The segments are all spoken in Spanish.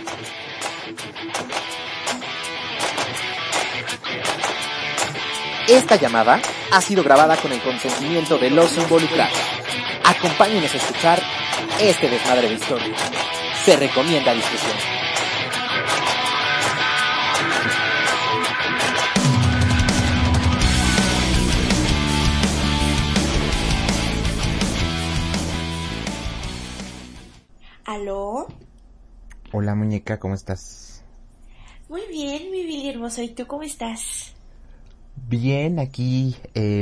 Esta llamada ha sido grabada con el consentimiento de los involucrados. Acompáñenos a escuchar este desmadre de historia. Se recomienda discusión. ¿Aló? Hola muñeca, ¿cómo estás? Muy bien, mi Billy hermosa. ¿Y tú cómo estás? Bien, aquí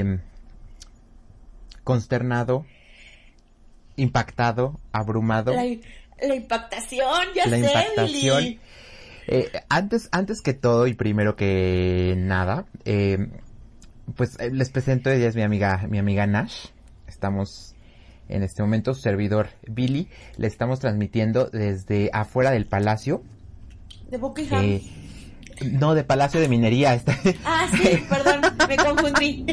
consternado, impactado, abrumado. La impactación, ya La sé, impactación. Billy. Antes que todo y primero que nada, pues les presento, ella es mi amiga Nash. Estamos en este momento, su servidor Billy, le estamos transmitiendo desde afuera del palacio. De Buckingham. No, de Palacio de Minería. Ah, sí, perdón, me confundí.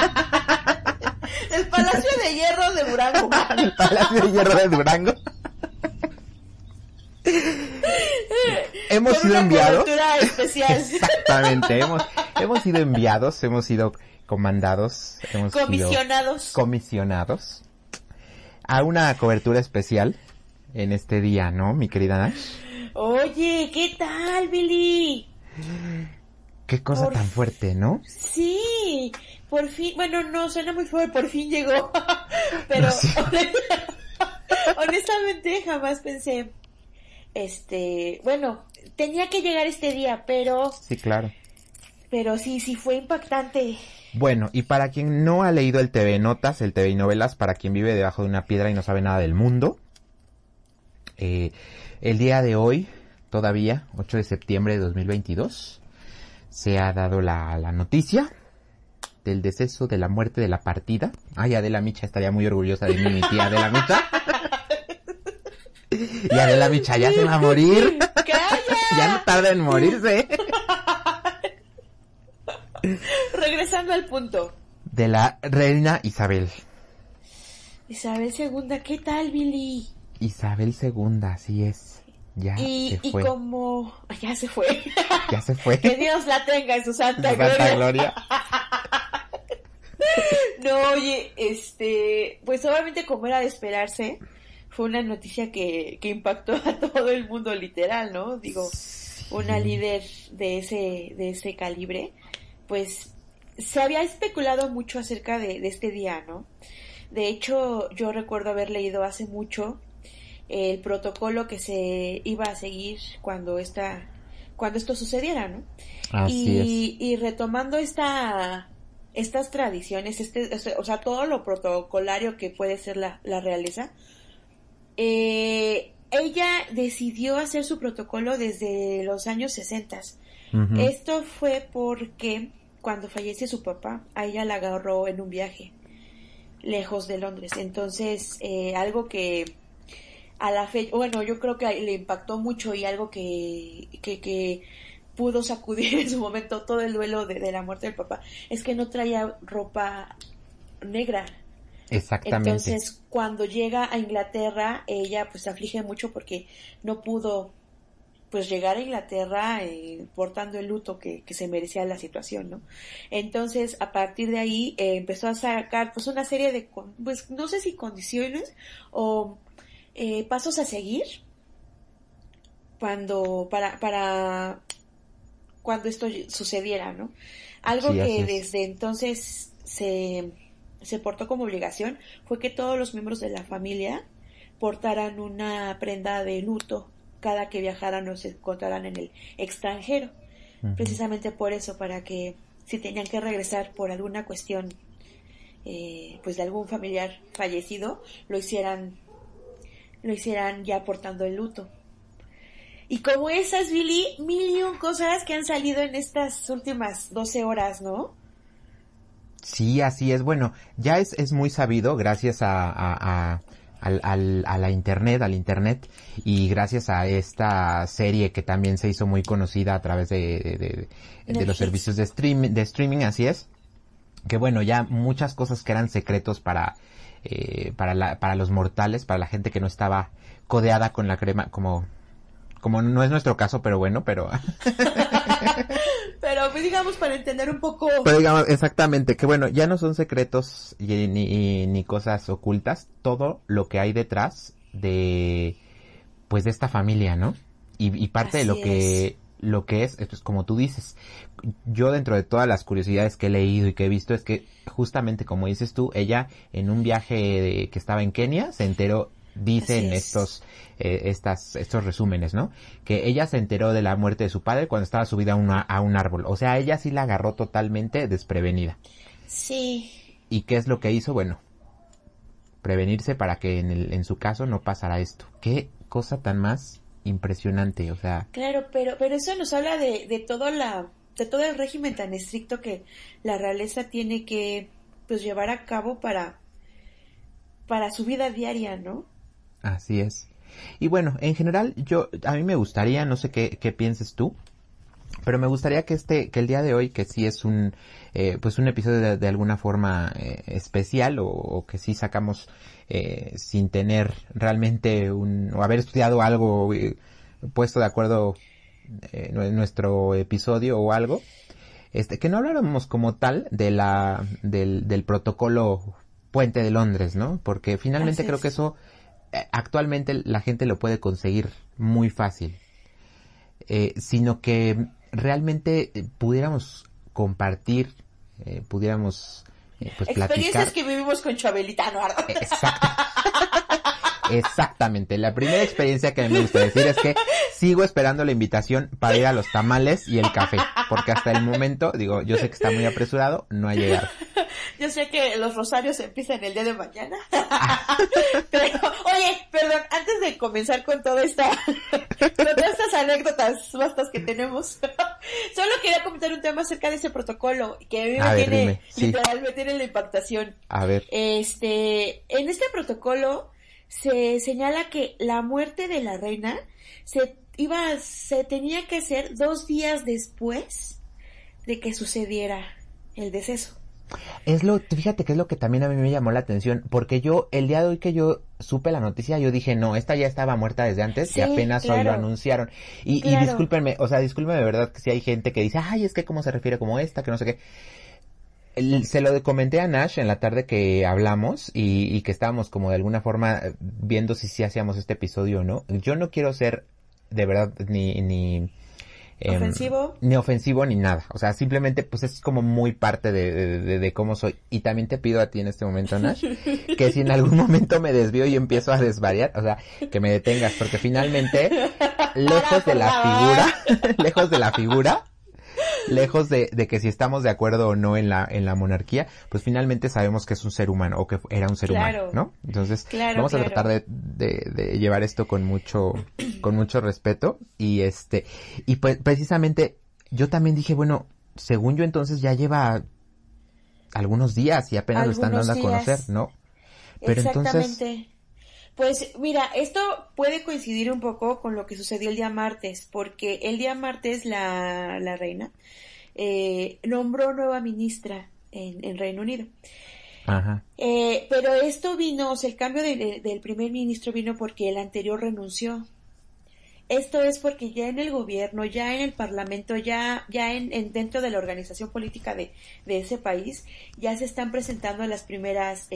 El Palacio de Hierro de Durango. El Palacio de Hierro de Durango. Hemos sido enviados. Cobertura especial. Exactamente, hemos sido enviados, hemos sido comandados, comisionados a una cobertura especial en este día, ¿no, mi querida Nash? Oye, ¿qué tal, Billy? Qué cosa tan fuerte, ¿no? Sí, por fin, bueno, no, suena muy fuerte, por fin llegó, pero sí. honestamente jamás pensé, bueno, tenía que llegar este día, pero... Sí, claro. Pero sí fue impactante. Bueno, y para quien no ha leído el TV Notas, el TV y Novelas, para quien vive debajo de una piedra y no sabe nada del mundo, el día de hoy, todavía, 8 de septiembre de 2022, se ha dado la noticia del deceso, de la muerte, de la partida. Ay, Adela Micha estaría muy orgullosa de mí, mi tía Adela Micha. Y Adela Micha ya se va a morir. ¡Calla! Ya no tarda en morirse. Regresando al punto. De la reina Isabel. Isabel II, ¿qué tal, Billy? Isabel II, así es. Ya se fue. Y como... Ya se fue. Ya se fue. Que Dios la tenga en su santa gloria. No, oye, pues obviamente como era de esperarse, fue una noticia que impactó a todo el mundo literal, ¿no? Digo, sí. Una líder de ese calibre, pues se había especulado mucho acerca de este día, ¿no? De hecho, yo recuerdo haber leído hace mucho el protocolo que se iba a seguir cuando esto sucediera, ¿no? Así es. Y retomando estas tradiciones, o sea, todo lo protocolario que puede ser la realeza, ella decidió hacer su protocolo desde los años 60. Uh-huh. Esto fue porque cuando fallece su papá, a ella la agarró en un viaje lejos de Londres. Entonces, algo que a la fecha, bueno, yo creo que le impactó mucho y algo que pudo sacudir en su momento todo el duelo de la muerte del papá, es que no traía ropa negra. Exactamente. Entonces, cuando llega a Inglaterra, ella pues se aflige mucho porque no pudo pues llegar a Inglaterra portando el luto que se merecía la situación, ¿no? Entonces, a partir de ahí empezó a sacar pues una serie de, pues no sé si condiciones o pasos a seguir para cuando esto sucediera, ¿no? Algo sí, que desde entonces se portó como obligación fue que todos los miembros de la familia portaran una prenda de luto cada que viajaran o se encontraran en el extranjero. Uh-huh. Precisamente por eso, para que si tenían que regresar por alguna cuestión pues de algún familiar fallecido, lo hicieran ya portando el luto. Y como esas, Billy, mil y un cosas que han salido en estas últimas 12 horas, ¿no? Sí, así es. Bueno, ya es muy sabido gracias a la internet, al internet, y gracias a esta serie que también se hizo muy conocida a través de los servicios de streaming, así es. Que bueno, ya muchas cosas que eran secretos para los mortales, para la gente que no estaba codeada con la crema, como como no es nuestro caso, pero bueno, pero... Pero pues, digamos para entender un poco... Pero digamos, exactamente, que bueno, ya no son secretos ni cosas ocultas, todo lo que hay detrás de, pues de esta familia, ¿no? Y parte Así de lo que es, pues, como tú dices, yo dentro de todas las curiosidades que he leído y que he visto es que justamente como dices tú, ella en un viaje que estaba en Kenia se enteró, dicen estos resúmenes, ¿no? Que ella se enteró de la muerte de su padre cuando estaba subida a un árbol. O sea, ella sí la agarró totalmente desprevenida. Sí. ¿Y qué es lo que hizo? Bueno, prevenirse para que en su caso no pasara esto. Qué cosa tan más impresionante, o sea. Claro, pero eso nos habla de todo el régimen tan estricto que la realeza tiene que pues llevar a cabo para su vida diaria, ¿no? Así es. Y bueno, en general a mí me gustaría, no sé qué pienses tú, pero me gustaría que el día de hoy, que sí es un episodio de alguna forma especial o que sí sacamos sin tener realmente o haber estudiado algo, puesto de acuerdo nuestro episodio o algo, que no habláramos como tal del protocolo Puente de Londres, ¿no? Porque finalmente creo que eso actualmente la gente lo puede conseguir muy fácil, sino que realmente pudiéramos compartir, pudiéramos pues experiencias platicar. Que vivimos con Chabelita, ¿no? Exactamente, la primera experiencia que a mí me gusta decir es que sigo esperando la invitación para ir a los tamales y el café, porque hasta el momento, digo, yo sé que está muy apresurado, no ha llegado. Yo sé que los rosarios empiezan el día de mañana. Pero, oye, perdón, antes de comenzar con todas estas anécdotas vastas que tenemos, solo quería comentar un tema acerca de ese protocolo, que a mí me tiene la impactación. A ver. En este protocolo se señala que la muerte de la reina se tenía que hacer 2 días después de que sucediera el deceso. Fíjate que es lo que también a mí me llamó la atención, porque el día de hoy que yo supe la noticia, yo dije, no, esta ya estaba muerta desde antes, y apenas hoy lo anunciaron. Y discúlpenme de verdad que si hay gente que dice, ay, es que cómo se refiere como esta, que no sé qué. Se lo comenté a Nash en la tarde que hablamos y que estábamos como de alguna forma viendo si sí hacíamos este episodio o no. Yo no quiero ser de verdad ni ofensivo ni nada, o sea, simplemente pues es como muy parte de cómo soy. Y también te pido a ti en este momento, Nash, que si en algún momento me desvío y empiezo a desvariar, o sea, que me detengas, porque finalmente lejos de la figura, lejos de que si estamos de acuerdo o no en la monarquía, pues finalmente sabemos que es un ser humano, o que era un ser humano, ¿no? Entonces, vamos a tratar de llevar esto con mucho respeto, y pues precisamente yo también dije, bueno, según yo entonces ya lleva algunos días y apenas lo están dando a conocer, ¿no? Pero exactamente. Entonces... Pues mira, esto puede coincidir un poco con lo que sucedió el día martes, porque el día martes la reina nombró nueva ministra en Reino Unido. Ajá. Pero esto vino, o sea, el cambio del primer ministro vino porque el anterior renunció. Esto es porque ya en el gobierno, ya en el parlamento, ya dentro de la organización política de ese país, ya se están presentando las primeras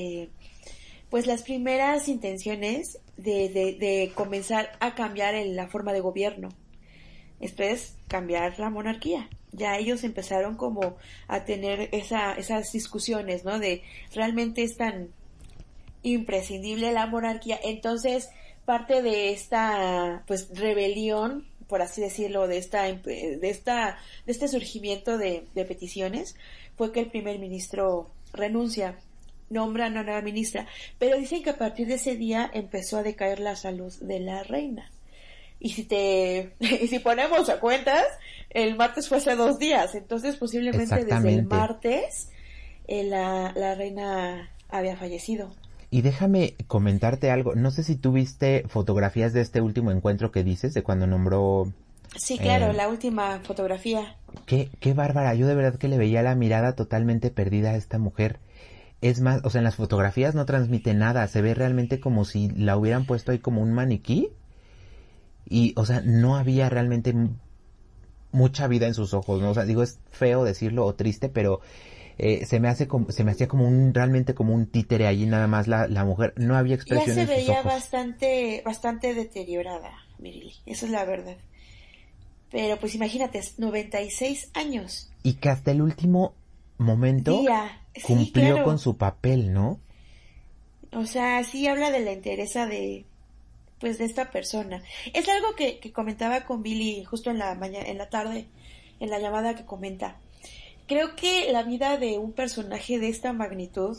intenciones de comenzar a cambiar la forma de gobierno. Esto es cambiar la monarquía. Ya ellos empezaron como a tener esas discusiones, ¿no? De realmente es tan imprescindible la monarquía. Entonces, parte de esta pues rebelión, por así decirlo, de este surgimiento de peticiones, fue que el primer ministro renuncia, nombra a una nueva ministra, pero dicen que a partir de ese día empezó a decaer la salud de la reina. Y si ponemos a cuentas, el martes fue hace 2 días, entonces posiblemente desde el martes la reina había fallecido. Y déjame comentarte algo, no sé si tú viste fotografías de este último encuentro que dices, de cuando nombró... Sí, claro, la última fotografía. Qué bárbara, yo de verdad que le veía la mirada totalmente perdida a esta mujer. Es más, o sea, en las fotografías no transmite nada, se ve realmente como si la hubieran puesto ahí como un maniquí y, o sea, no había realmente mucha vida en sus ojos, ¿no? O sea, digo, es feo decirlo o triste, pero se me hacía como realmente como un títere allí nada más la mujer, no había expresión en sus ojos. Ya se veía bastante deteriorada, Mirili, esa es la verdad. Pero pues imagínate, 96 años. Y que hasta el último momento cumplió con su papel, ¿no? O sea, sí habla de la entereza de esta persona. Es algo que comentaba con Billy justo en la tarde, en la llamada que comenta. Creo que la vida de un personaje de esta magnitud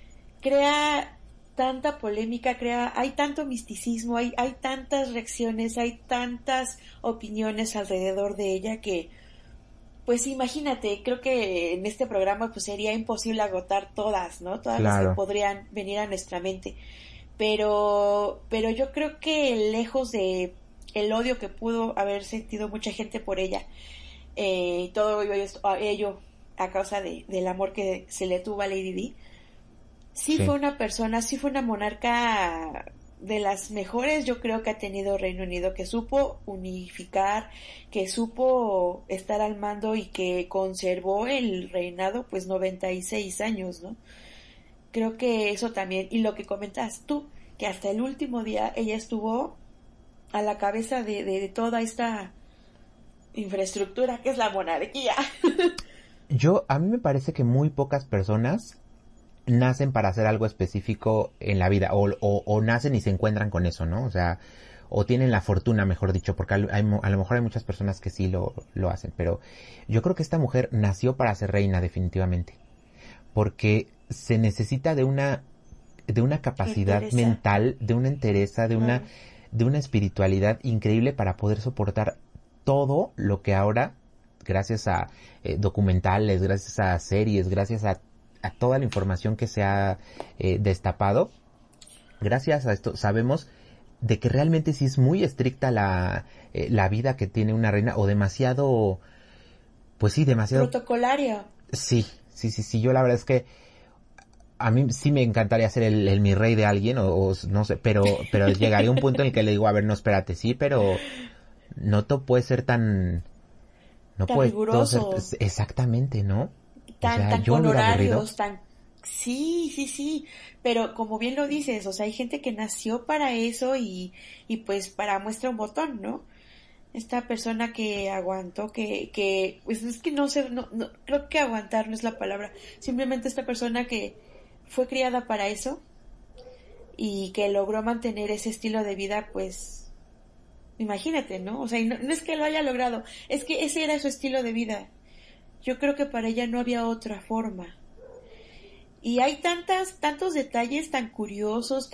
crea tanta polémica, hay tanto misticismo, hay tantas reacciones, hay tantas opiniones alrededor de ella que, pues imagínate, creo que en este programa pues sería imposible agotar todas, ¿no? Todas las que podrían venir a nuestra mente. Pero yo creo que lejos de el odio que pudo haber sentido mucha gente por ella, todo ello a causa del amor que se le tuvo a Lady Di, sí fue una persona, sí fue una monarca de las mejores, yo creo, que ha tenido Reino Unido, que supo unificar, que supo estar al mando y que conservó el reinado pues 96 años, ¿no? Creo que eso también, y lo que comentas tú, que hasta el último día ella estuvo a la cabeza de toda esta infraestructura que es la monarquía. A mí me parece que muy pocas personas nacen para hacer algo específico en la vida, o nacen y se encuentran con eso, ¿no? O sea, o tienen la fortuna, mejor dicho, porque a lo mejor hay muchas personas que sí lo hacen, pero yo creo que esta mujer nació para ser reina, definitivamente, porque se necesita de una capacidad mental, de una entereza, de una espiritualidad increíble para poder soportar todo lo que ahora, gracias a documentales, gracias a series, gracias a toda la información que se ha destapado, gracias a esto sabemos de que realmente sí es muy estricta la vida que tiene una reina, o demasiado, pues sí, demasiado protocolaria. Sí, yo la verdad es que a mí sí me encantaría ser el mi rey de alguien, o no sé, pero llegaría un punto en el que le digo, a ver, no, espérate, sí, pero no todo puede ser tan puede riguroso. Todo ser, exactamente, ¿no? Tan con horarios, sí, pero como bien lo dices, o sea, hay gente que nació para eso y pues para muestra un botón, ¿no? Esta persona que aguantó, que pues es que no creo que aguantar no es la palabra, simplemente esta persona que fue criada para eso y que logró mantener ese estilo de vida, pues imagínate, ¿no? O sea, no es que lo haya logrado, es que ese era su estilo de vida. Yo creo que para ella no había otra forma. Y hay tantos detalles tan curiosos,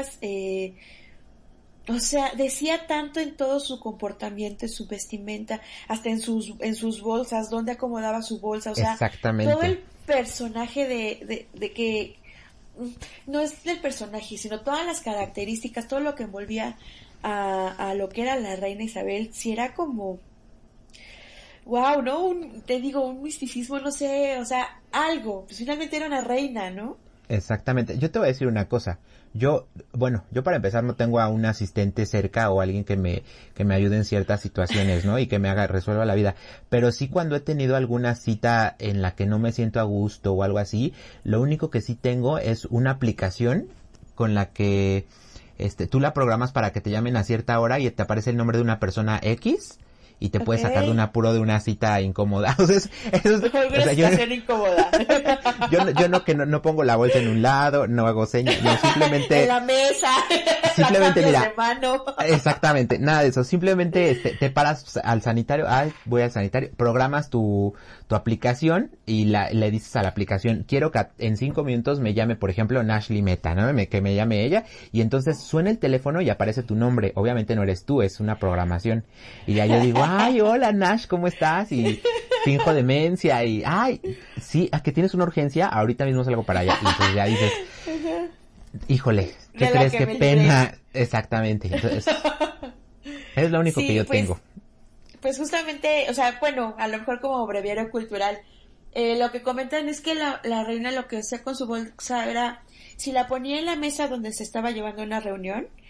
o sea, decía tanto en todo su comportamiento, en su vestimenta, hasta en sus bolsas, dónde acomodaba su bolsa, o sea, todo el personaje de que no es del personaje, sino todas las características, todo lo que envolvía a lo que era la reina Isabel, si era como wow, ¿no? Te digo, un misticismo, no sé, o sea, algo, pues finalmente era una reina, ¿no? Exactamente. Yo te voy a decir una cosa. Yo para empezar no tengo a un asistente cerca o alguien que me ayude en ciertas situaciones, ¿no? Y que me resuelva la vida. Pero sí, cuando he tenido alguna cita en la que no me siento a gusto o algo así, lo único que sí tengo es una aplicación con la que tú la programas para que te llamen a cierta hora y te aparece el nombre de una persona X. Y te puedes sacar de un apuro de una cita incómoda. O sea, incómoda. yo no pongo la bolsa en un lado, no hago señas, no, simplemente en la mesa. Simplemente la mira. De mano. Exactamente, nada de eso. Simplemente te paras al sanitario, voy al sanitario, programas tu aplicación y le dices a la aplicación, quiero que en 5 minutos me llame, por ejemplo, Nashley Meta, ¿no? Que me llame ella, y entonces suena el teléfono y aparece tu nombre. Obviamente no eres tú, es una programación. Y ya yo digo, ay, hola Nash, ¿cómo estás? Y finjo demencia y, ay, sí, ¿a que tienes una urgencia? Ahorita mismo salgo para allá. Y entonces ya dices, híjole, ¿qué crees? Qué pena. Exactamente. Entonces, es lo único que yo tengo. Pues justamente, o sea, bueno, a lo mejor como breviario cultural, lo que comentan es que la reina lo que hacía con su bolsa era, si la ponía en la mesa donde se estaba llevando una reunión,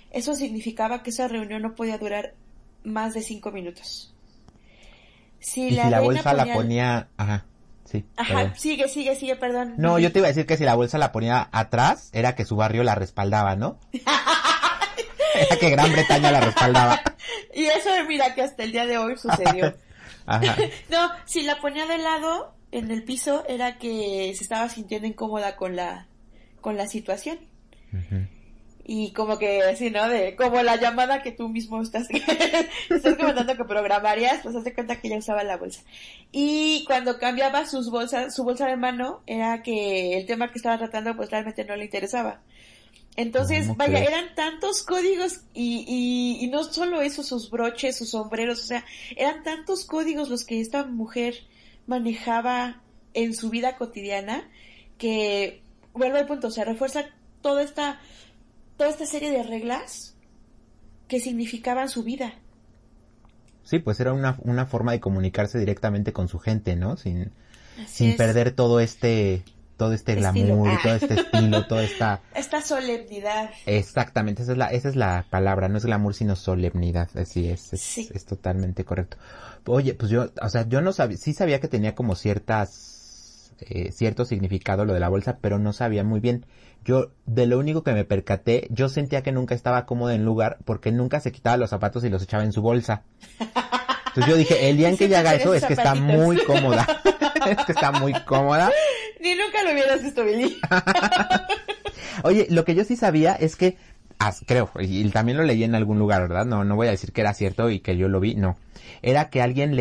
eso significaba que esa reunión no podía durar más de 5 minutos. Si la bolsa la ponía... Ajá, sí. Ajá, perdón. Sigue, perdón. No, yo te iba a decir que si la bolsa la ponía atrás, era que su barrio la respaldaba, ¿no? Era que Gran Bretaña la respaldaba. Y eso, mira, que hasta el día de hoy sucedió. Ajá. No, si la ponía de lado, en el piso, era que se estaba sintiendo incómoda con la situación. Uh-huh. Y como que así, ¿no? Como la llamada que tú mismo estás comentando que programarías, pues hace cuenta que ella usaba la bolsa. Y cuando cambiaba su bolsa de mano, era que el tema que estaba tratando pues realmente no le interesaba. Entonces, vaya, eran tantos códigos y no solo eso, sus broches, sus sombreros, o sea, eran tantos códigos los que esta mujer manejaba en su vida cotidiana que, vuelvo al punto, se refuerza toda esta serie de reglas que significaban su vida. Sí, pues era una forma de comunicarse directamente con su gente, ¿no? Sin perder todo este glamour, todo este estilo, toda esta solemnidad. Exactamente, esa es la palabra, no es glamour sino solemnidad, así es, sí. Es totalmente correcto. Oye, pues yo no sabía, sí sabía que tenía como cierto significado lo de la bolsa, pero no sabía muy bien. Yo, de lo único que me percaté, yo sentía que nunca estaba cómoda en lugar porque nunca se quitaba los zapatos y los echaba en su bolsa. Entonces yo dije, el día en que ella haga eso es que está muy cómoda. Es que está muy cómoda. Ni nunca lo hubieras visto, Billy. Oye, lo que yo sí sabía es que, creo, y también lo leí en algún lugar, ¿verdad? No voy a decir que era cierto y que yo lo vi, no. Era que alguien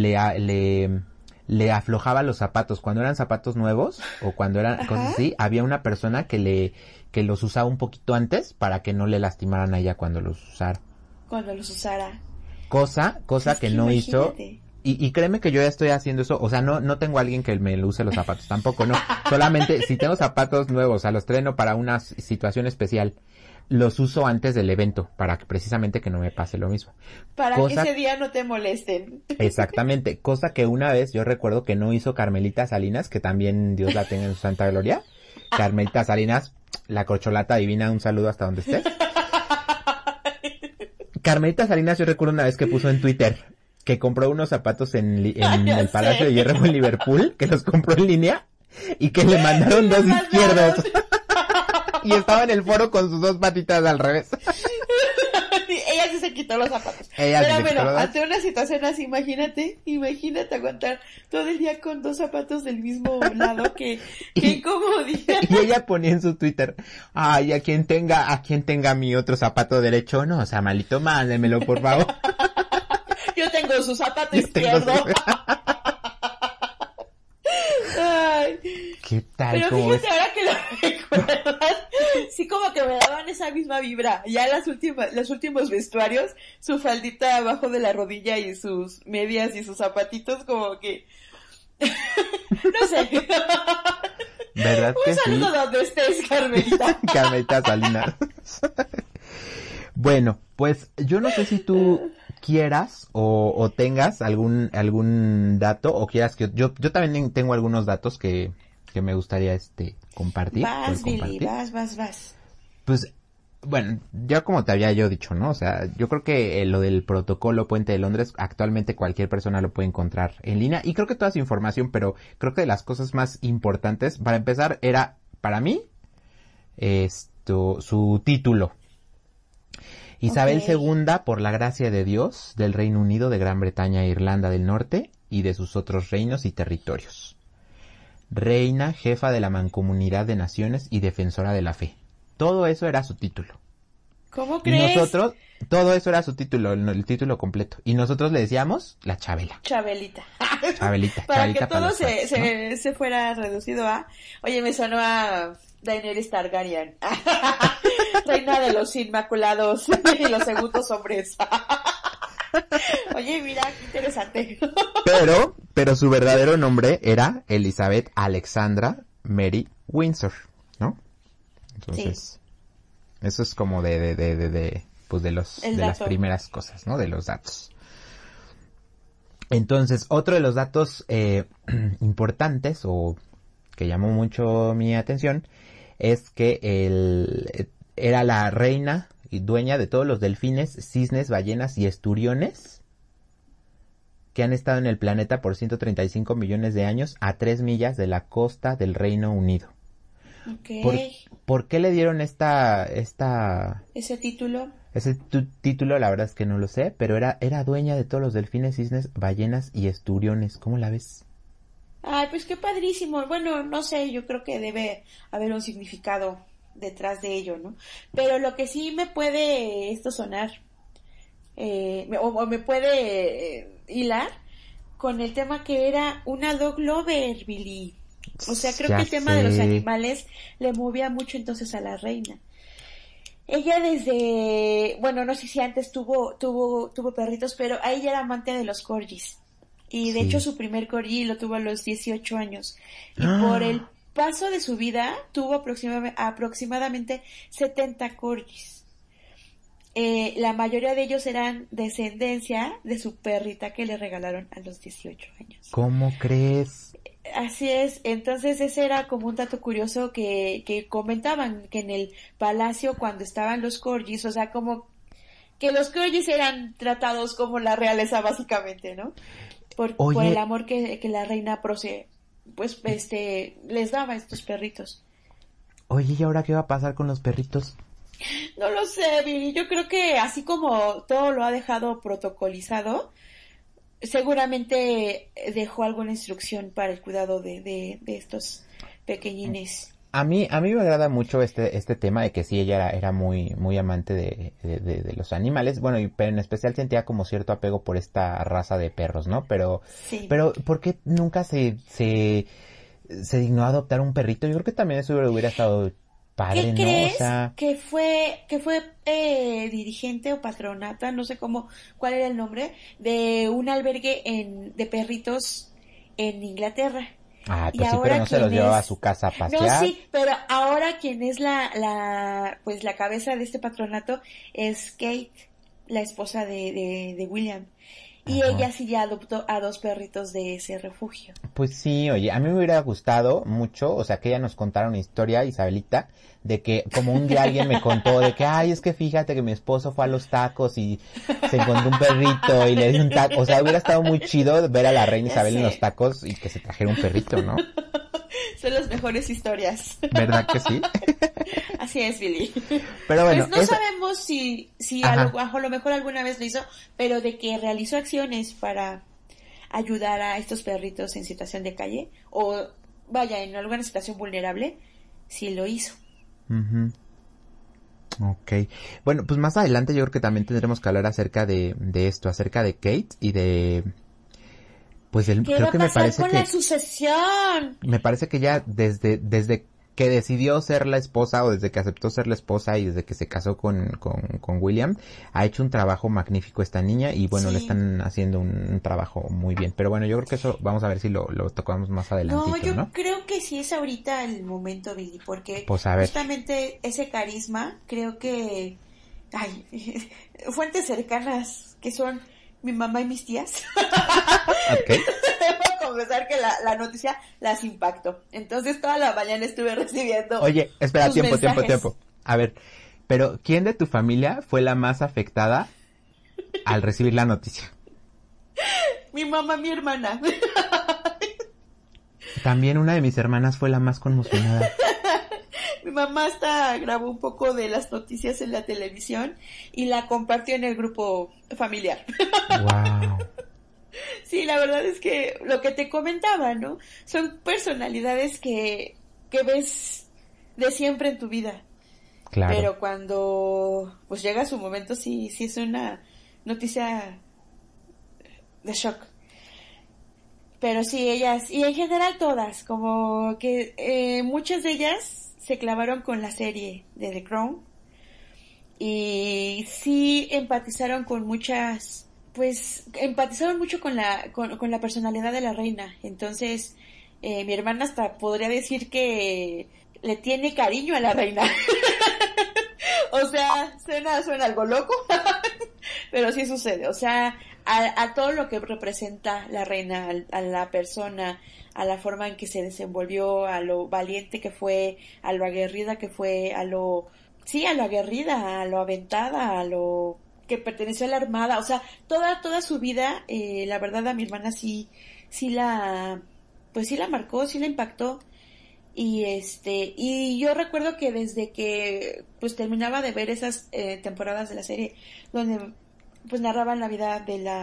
le aflojaba los zapatos. Cuando eran zapatos nuevos o cuando eran Ajá. cosas así, había una persona que los usaba un poquito antes para que no le lastimaran a ella cuando los usara. Cuando los usara. Cosa que no hizo. Y créeme que yo ya estoy haciendo eso, o sea, no tengo a alguien que me use los zapatos, tampoco, no. Solamente si tengo zapatos nuevos, o sea, los treno para una situación especial, los uso antes del evento, para que precisamente que no me pase lo mismo. Para que ese día no te molesten. Exactamente, cosa que una vez yo recuerdo que no hizo Carmelita Salinas, que también Dios la tenga en su santa gloria. Carmelita Salinas, la corcholata divina, un saludo hasta donde estés. Carmelita Salinas, yo recuerdo una vez que puso en Twitter que compró unos zapatos en el Palacio de Hierro en Liverpool, que los compró en línea y que le mandaron dos izquierdos. Y estaba en el foro con sus dos patitas al revés. Ella sí se quitó los zapatos. Pero bueno, ante una situación así, imagínate aguantar todo el día con dos zapatos del mismo lado, qué incomodidad. Y ella ponía en su Twitter, ay, a quien tenga mi otro zapato derecho, no, o sea, malito, mándemelo, por favor. Yo tengo su zapato izquierdo. Ay. ¿Qué tal? Pero fíjate, ahora que lo recuerdas, sí como que me daban esa misma vibra. Ya los últimos vestuarios, su faldita abajo de la rodilla y sus medias y sus zapatitos como que... no sé. ¿Verdad que sí? Un saludo donde estés, Carmelita. Carmelita Salinas. Bueno, pues yo no sé si tú quieras o tengas algún dato o quieras que yo también tengo algunos datos que me gustaría compartir. Vas, Billy, vas. Pues bueno, ya como te había yo dicho, ¿no? O sea, yo creo que lo del protocolo Puente de Londres actualmente cualquier persona lo puede encontrar en línea y creo que toda su información, pero creo que de las cosas más importantes, para empezar, era para mí su título. Isabel II, por la gracia de Dios, del Reino Unido, de Gran Bretaña e Irlanda del Norte y de sus otros reinos y territorios. Reina, jefa de la Mancomunidad de Naciones y defensora de la fe. Todo eso era su título. ¿Cómo crees? Y nosotros, todo eso era su título, el título completo. Y nosotros le decíamos la Chabela. Chabelita. Chabelita. Para Chabelita que todo se fuera reducido a... Oye, me sonó a Daenerys Targaryen. Reina de los Inmaculados y los segundos hombres. Oye, mira, qué interesante. Pero su verdadero nombre era Elizabeth Alexandra Mary Windsor, ¿no? Entonces, sí. Eso es como de las primeras cosas, ¿no? De los datos. Entonces, otro de los datos importantes o que llamó mucho mi atención es que era la reina dueña de todos los delfines, cisnes, ballenas y esturiones que han estado en el planeta por 135 millones de años a 3 millas de la costa del Reino Unido. Okay. ¿Por qué le dieron ese título? Ese título, la verdad es que no lo sé, pero era dueña de todos los delfines, cisnes, ballenas y esturiones. ¿Cómo la ves? Ay, pues qué padrísimo. Bueno, no sé, yo creo que debe haber un significado detrás de ello, ¿no? Pero lo que sí me puede esto sonar, o me puede hilar con el tema que era una dog lover, Billy. O sea, creo que el tema de los animales le movía mucho entonces a la reina. Ella bueno, no sé si antes tuvo perritos, pero ella era amante de los corgis. Y de hecho su primer corgi lo tuvo a los 18 años. Y por el paso de su vida tuvo aproximadamente 70 corgis. La mayoría de ellos eran descendencia de su perrita que le regalaron a los 18 años. ¿Cómo crees? Así es, entonces ese era como un dato curioso que comentaban que en el palacio cuando estaban los corgis, o sea, como que los corgis eran tratados como la realeza básicamente, ¿no? Por el amor que la reina les daba a estos perritos. Oye, ¿y ahora qué va a pasar con los perritos? No lo sé, Viri, yo creo que así como todo lo ha dejado protocolizado, seguramente dejó alguna instrucción para el cuidado de estos pequeñines. A mí me agrada mucho este tema de que sí, ella era muy, muy amante de los animales. Bueno, pero en especial sentía como cierto apego por esta raza de perros, ¿no? Pero ¿por qué nunca se dignó a adoptar un perrito? Yo creo que también eso hubiera estado padre, ¿Qué ¿no? crees? O sea, que fue dirigente o patronata, no sé cuál era el nombre, de un albergue de perritos en Inglaterra. Ah, pues sí, pero no se los llevaba a su casa a pasear. No, sí, pero ahora quien es la cabeza de este patronato es Kate, la esposa de William. Y ella sí ya adoptó a 2 perritos de ese refugio. Pues sí, oye, a mí me hubiera gustado mucho, o sea, que ella nos contara una historia, Isabelita, de que como un día alguien me contó de que, ay, es que fíjate que mi esposo fue a los tacos y se encontró un perrito y le dio un taco. O sea, hubiera estado muy chido ver a la reina Isabel en los tacos y que se trajera un perrito, ¿no? Son las mejores historias. ¿Verdad que sí? Así es, Billy. Pero bueno, pues no sabemos si a lo mejor alguna vez lo hizo, pero de que realizó acciones para ayudar a estos perritos en situación de calle, o vaya, en alguna situación vulnerable, sí lo hizo. Ok. Bueno, pues más adelante yo creo que también tendremos que hablar acerca de esto, acerca de Kate y de... Pues creo que me parece con la sucesión? Me parece que ya desde que decidió ser la esposa o desde que aceptó ser la esposa y desde que se casó con William, ha hecho un trabajo magnífico esta niña y bueno, le están haciendo un trabajo muy bien. Pero bueno, yo creo que eso vamos a ver si lo tocamos más adelantito, ¿no? Yo creo que sí es ahorita el momento, Billy, porque pues justamente ese carisma, creo que fuentes cercanas que son mi mamá y mis tías. Okay. Debo confesar que la noticia las impactó. Entonces toda la mañana estuve recibiendo. Oye, espera, tiempo. mensajes. A ver, pero ¿quién de tu familia fue la más afectada al recibir la noticia? Mi mamá, mi hermana. También una de mis hermanas fue la más conmocionada. Mi mamá hasta grabó un poco de las noticias en la televisión y la compartió en el grupo familiar. Wow. Sí, la verdad es que lo que te comentaba, ¿no? Son personalidades que ves de siempre en tu vida. Claro. Pero cuando pues llega su momento sí es una noticia de shock. Pero sí, ellas, y en general todas, como que muchas de ellas se clavaron con la serie de The Crown y sí empatizaron con muchas, pues empatizaron mucho con la personalidad de la reina. Entonces mi hermana hasta podría decir que le tiene cariño a la reina. O sea, suena algo loco, pero sí sucede. O sea, a todo lo que representa la reina, a la persona, a la forma en que se desenvolvió, a lo valiente que fue, a lo aguerrida que fue, a lo sí, a lo aguerrida, a lo aventada, a lo que perteneció a la armada, o sea, toda su vida, la verdad a mi hermana sí pues sí la marcó, sí la impactó. Y yo recuerdo que desde que pues terminaba de ver esas temporadas de la serie donde pues narraban la vida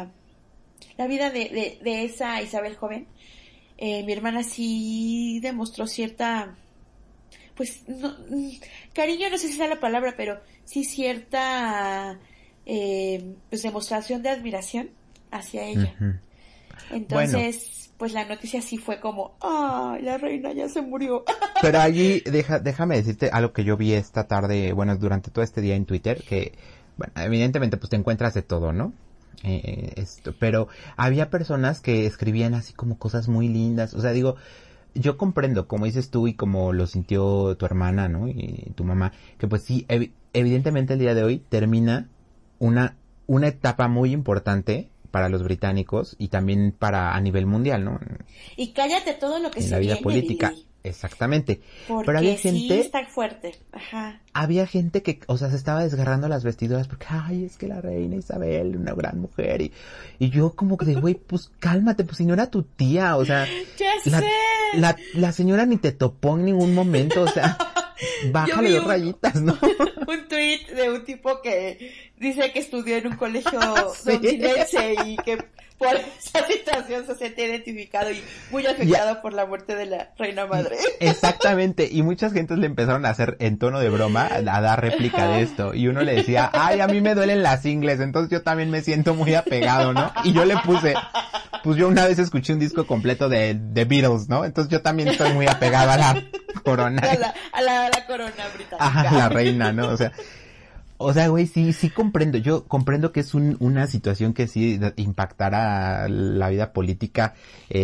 de esa Isabel joven, mi hermana sí demostró cierta, pues no, cariño, no sé si es la palabra, pero sí cierta pues demostración de admiración hacia ella. Uh-huh. Entonces, bueno, pues la noticia sí fue como, ¡ay, la reina ya se murió! Pero allí, déjame decirte algo que yo vi esta tarde, bueno, durante todo este día en Twitter, que, bueno, evidentemente pues te encuentras de todo, ¿no? Pero había personas que escribían así como cosas muy lindas, o sea, digo, yo comprendo, como dices tú y como lo sintió tu hermana, ¿no? Y tu mamá, que pues sí, evidentemente el día de hoy termina una etapa muy importante para los británicos y también para a nivel mundial, ¿no? Y cállate todo lo que en se la vida viene, política. Billy. Exactamente. Porque pero había gente, sí está fuerte. Ajá. Había gente que, o sea, se estaba desgarrando las vestiduras porque, ay, es que la reina Isabel, una gran mujer. Y yo como que de, güey, pues cálmate, pues si no era tu tía, o sea. Ya la señora ni te topó en ningún momento, o sea. Bájale 2 rayitas, ¿no? Un tuit de un tipo que dice que estudió en un colegio londinense y que por esa situación se siente identificado y muy afectado por la muerte de la reina madre. Exactamente, y muchas gentes le empezaron a hacer en tono de broma, a dar réplica de esto, y uno le decía, ay, a mí me duelen las ingles, entonces yo también me siento muy apegado, ¿no? Y yo le puse, pues yo una vez escuché un disco completo de Beatles, ¿no? Entonces yo también estoy muy apegado a la corona. A la corona británica. Ajá, la reina, ¿no? O sea, güey, sí comprendo. Yo comprendo que es una situación que sí impactará la vida política,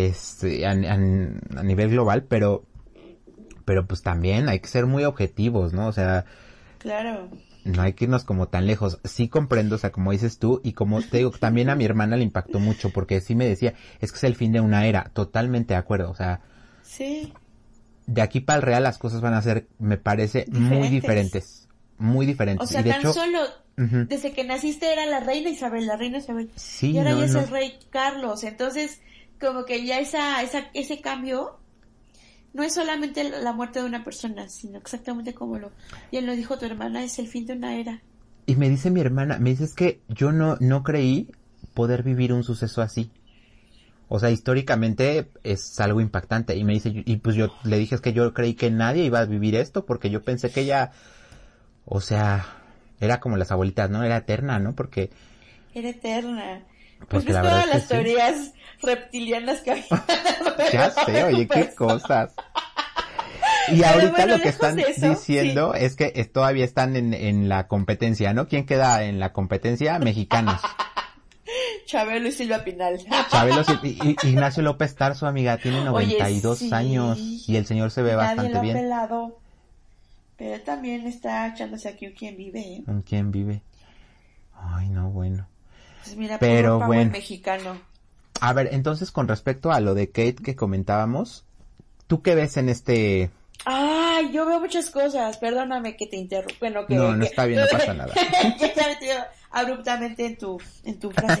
a nivel global, pero pues también hay que ser muy objetivos, ¿no? O sea. Claro. No hay que irnos como tan lejos. Sí comprendo, o sea, como dices tú, y como te digo, también a mi hermana le impactó mucho, porque sí me decía, es que es el fin de una era. Totalmente de acuerdo, o sea. Sí. De aquí para el real las cosas van a ser, me parece, muy diferentes. Muy diferentes. O sea, y de tan hecho, solo desde que naciste era la reina Isabel. Sí, y ahora ya es el rey Carlos. Entonces, como que ya ese cambio no es solamente la muerte de una persona, sino exactamente como bien lo dijo tu hermana, es el fin de una era. Y me dice mi hermana, es que yo no creí poder vivir un suceso así. O sea, históricamente es algo impactante. Y me dice, y pues yo le dije, es que yo creí que nadie iba a vivir esto, porque yo pensé que ella, o sea, era como las abuelitas, ¿no? Era eterna, ¿no? Porque. Era eterna. Pues todas las teorías reptilianas que había. Ya sé, oye, qué cosas. Y ahorita lo que están diciendo es que todavía están en la competencia, ¿no? ¿Quién queda en la competencia? Mexicanos. Chabelo y Silvia Pinal. Chabelo y Ignacio López Tarso, amiga, tiene 92 años y el señor se ve bastante bien. Pelado. Pero también está echándose aquí un Quien Vive, ¿eh? Un Quien Vive. Ay, no, bueno. Pues mira, pero bueno, mexicano. A ver, entonces con respecto a lo de Kate que comentábamos, ¿tú qué ves en este? Ay, yo veo muchas cosas, perdóname que te interrumpa. Bueno, no está bien, no pasa nada. Ya te metí abruptamente en tu frase.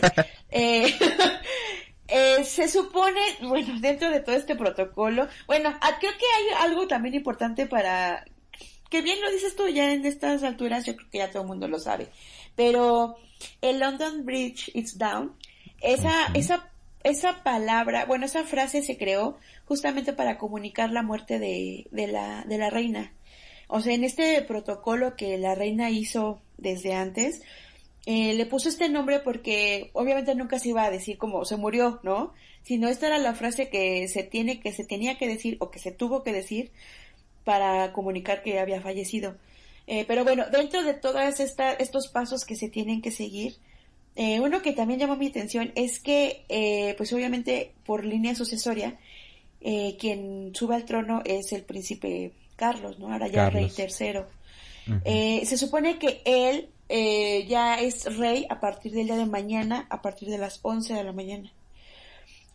Se supone, bueno, dentro de todo este protocolo, bueno, creo que hay algo también importante que bien lo dices tú, ya en estas alturas yo creo que ya todo el mundo lo sabe, pero el London Bridge is down, esa palabra, bueno, esa frase se creó justamente para comunicar la muerte de la reina. O sea, en este protocolo que la reina hizo desde antes, le puso este nombre porque obviamente nunca se iba a decir como se murió, ¿no? Sino esta era la frase que se tenía que decir o que se tuvo que decir para comunicar que había fallecido. Pero bueno, dentro de todos estos pasos que se tienen que seguir, uno que también llamó mi atención es que, pues obviamente por línea sucesoria, quien sube al trono es el príncipe Carlos, ¿no? Ahora ya Carlos. Rey III. Uh-huh. Se supone que él ya es rey a partir del día de mañana, a partir de las 11 de la mañana.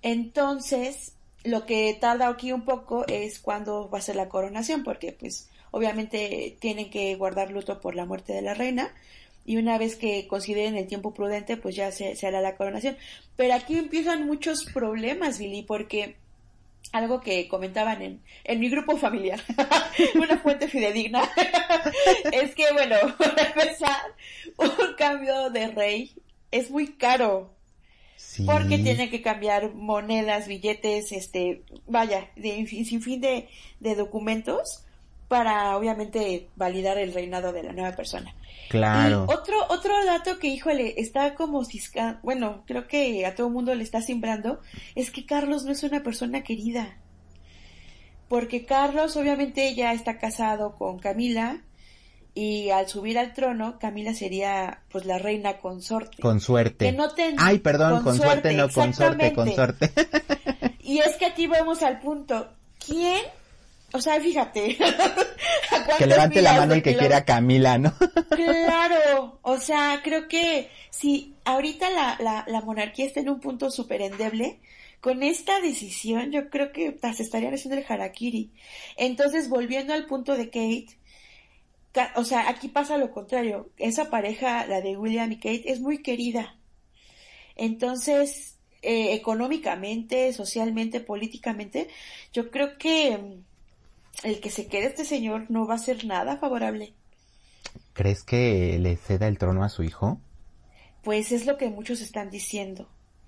Entonces, lo que tarda aquí un poco es cuando va a ser la coronación, porque pues obviamente tienen que guardar luto por la muerte de la reina, y una vez que consideren el tiempo prudente, pues ya se hará la coronación. Pero aquí empiezan muchos problemas, Billy, porque algo que comentaban en mi grupo familiar, una fuente fidedigna, es que, bueno, para empezar, un cambio de rey es muy caro. Sí. Porque tiene que cambiar monedas, billetes, vaya, sin fin de documentos para, obviamente, validar el reinado de la nueva persona. Claro. Y otro dato que, híjole, está como bueno, creo que a todo el mundo le está simbrando, es que Carlos no es una persona querida. Porque Carlos, obviamente, ya está casado con Camila, y al subir al trono, Camila sería, pues, la reina consorte. Consuerte. Que no Ay, perdón, consuerte, no, consorte. Y es que aquí vamos al punto. ¿Quién? O sea, fíjate. Que levante la mano el que quiera a Camila, ¿no? Claro. O sea, creo que si ahorita la monarquía está en un punto súper endeble, con esta decisión yo creo que se estarían haciendo el harakiri. Entonces, volviendo al punto de Kate, o sea, aquí pasa lo contrario. Esa pareja, la de William y Kate, es muy querida. Entonces, económicamente, socialmente, políticamente, yo creo que el que se quede este señor no va a ser nada favorable. ¿Crees que le ceda el trono a su hijo? Pues es lo que muchos están diciendo.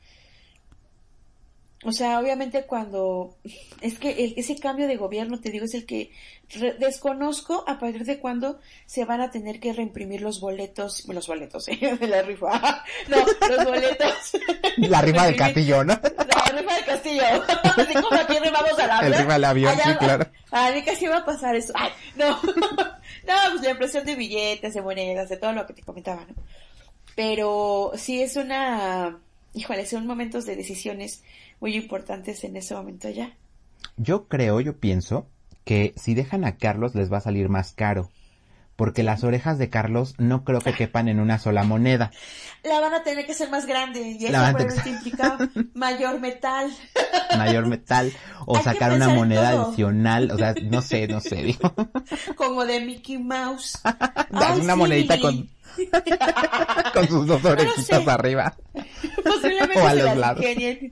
O sea, obviamente es que ese cambio de gobierno, te digo, es el que desconozco a partir de cuándo se van a tener que reimprimir los boletos de la rifa. No, los boletos. La rifa del castillo, ¿no? La rifa del castillo. Así como aquí rimamos al avión. El rifa del avión, sí, claro. A mí casi va a pasar eso. Ay, no. No, pues la impresión de billetes, de monedas, de todo lo que te comentaba, ¿no? Pero sí es híjole, son momentos de decisiones muy importantes en ese momento ya. Yo pienso que si dejan a Carlos les va a salir más caro, porque las orejas de Carlos no creo que quepan en una sola moneda. La van a tener que hacer más grande, y eso probablemente implica mayor metal. Mayor metal, o sacar una moneda adicional, o sea, no sé, digo. Como de Mickey Mouse. Ay, una monedita con sus dos orejitas arriba. Posiblemente o a los lados.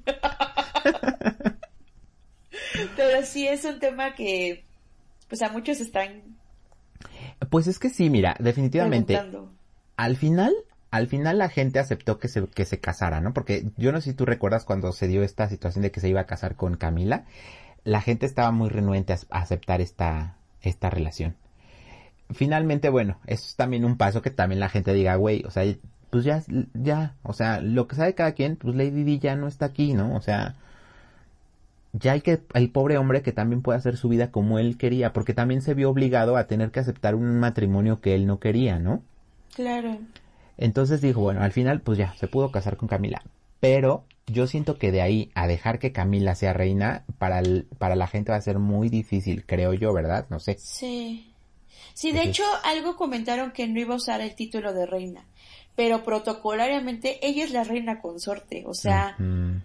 Pero sí es un tema que, pues, a muchos están. Pues es que sí, mira, definitivamente. Al final la gente aceptó que se casara, ¿no? Porque yo no sé si tú recuerdas cuando se dio esta situación de que se iba a casar con Camila, la gente estaba muy renuente a aceptar esta relación. Finalmente, bueno, eso es también un paso que también la gente diga, güey, o sea, pues ya, o sea, lo que sabe cada quien, pues Lady Di ya no está aquí, ¿no? O sea, ya hay el pobre hombre que también puede hacer su vida como él quería, porque también se vio obligado a tener que aceptar un matrimonio que él no quería, ¿no? Claro. Entonces dijo, bueno, al final, pues ya, se pudo casar con Camila, pero yo siento que de ahí a dejar que Camila sea reina, para la gente va a ser muy difícil, creo yo, ¿verdad? No sé. Sí. Sí, de hecho, algo comentaron que no iba a usar el título de reina, pero protocolariamente ella es la reina consorte, o sea,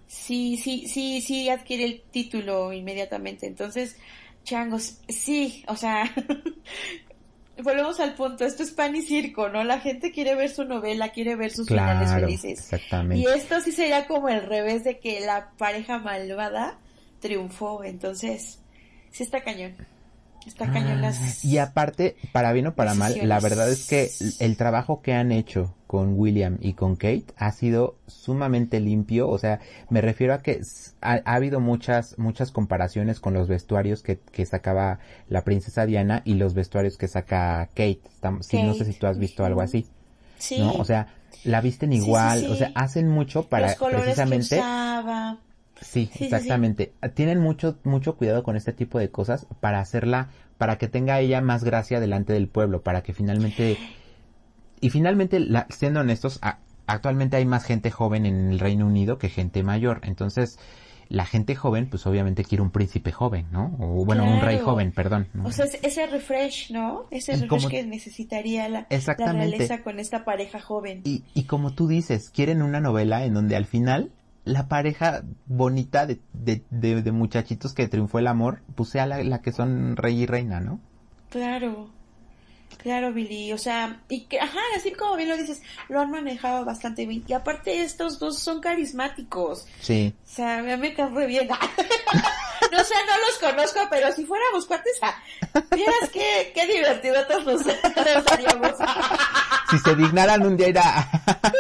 sí adquiere el título inmediatamente. Entonces, changos, sí, o sea, volvemos al punto, esto es pan y circo, ¿no? La gente quiere ver su novela, quiere ver sus finales felices. Exactamente. Y esto sí sería como el revés de que la pareja malvada triunfó, entonces, sí está cañón. Está cañón y aparte, para bien o para mal, la verdad es que el trabajo que han hecho con William y con Kate ha sido sumamente limpio. O sea, me refiero a que ha habido muchas comparaciones con los vestuarios que sacaba la princesa Diana y los vestuarios que saca Kate. Sí, no sé si tú has visto algo así. Sí. ¿No? O sea, la visten igual, sí. O sea, hacen mucho para los colores precisamente que usaba. Sí, exactamente. Sí. Tienen mucho cuidado con este tipo de cosas para hacerla, para que tenga ella más gracia delante del pueblo, para que finalmente, siendo honestos, actualmente hay más gente joven en el Reino Unido que gente mayor, entonces la gente joven, pues obviamente quiere un príncipe joven, ¿no? O bueno, claro. Un rey joven, perdón, ¿no? O sea, ese refresh, ¿no? Ese refresh que necesitaría la realeza con esta pareja joven. Y como tú dices, quieren una novela en donde al final la pareja bonita de muchachitos que triunfó el amor, pues sea la que son rey y reina, ¿no? Claro, claro, Billy, o sea, y que, ajá, así como bien lo dices, lo han manejado bastante bien, y aparte estos dos son carismáticos. Sí. O sea, me cae re bien. No sé, no los conozco, pero si fuéramos cuates, vieras qué divertidotas nos daríamos. Si se dignaran un día ir a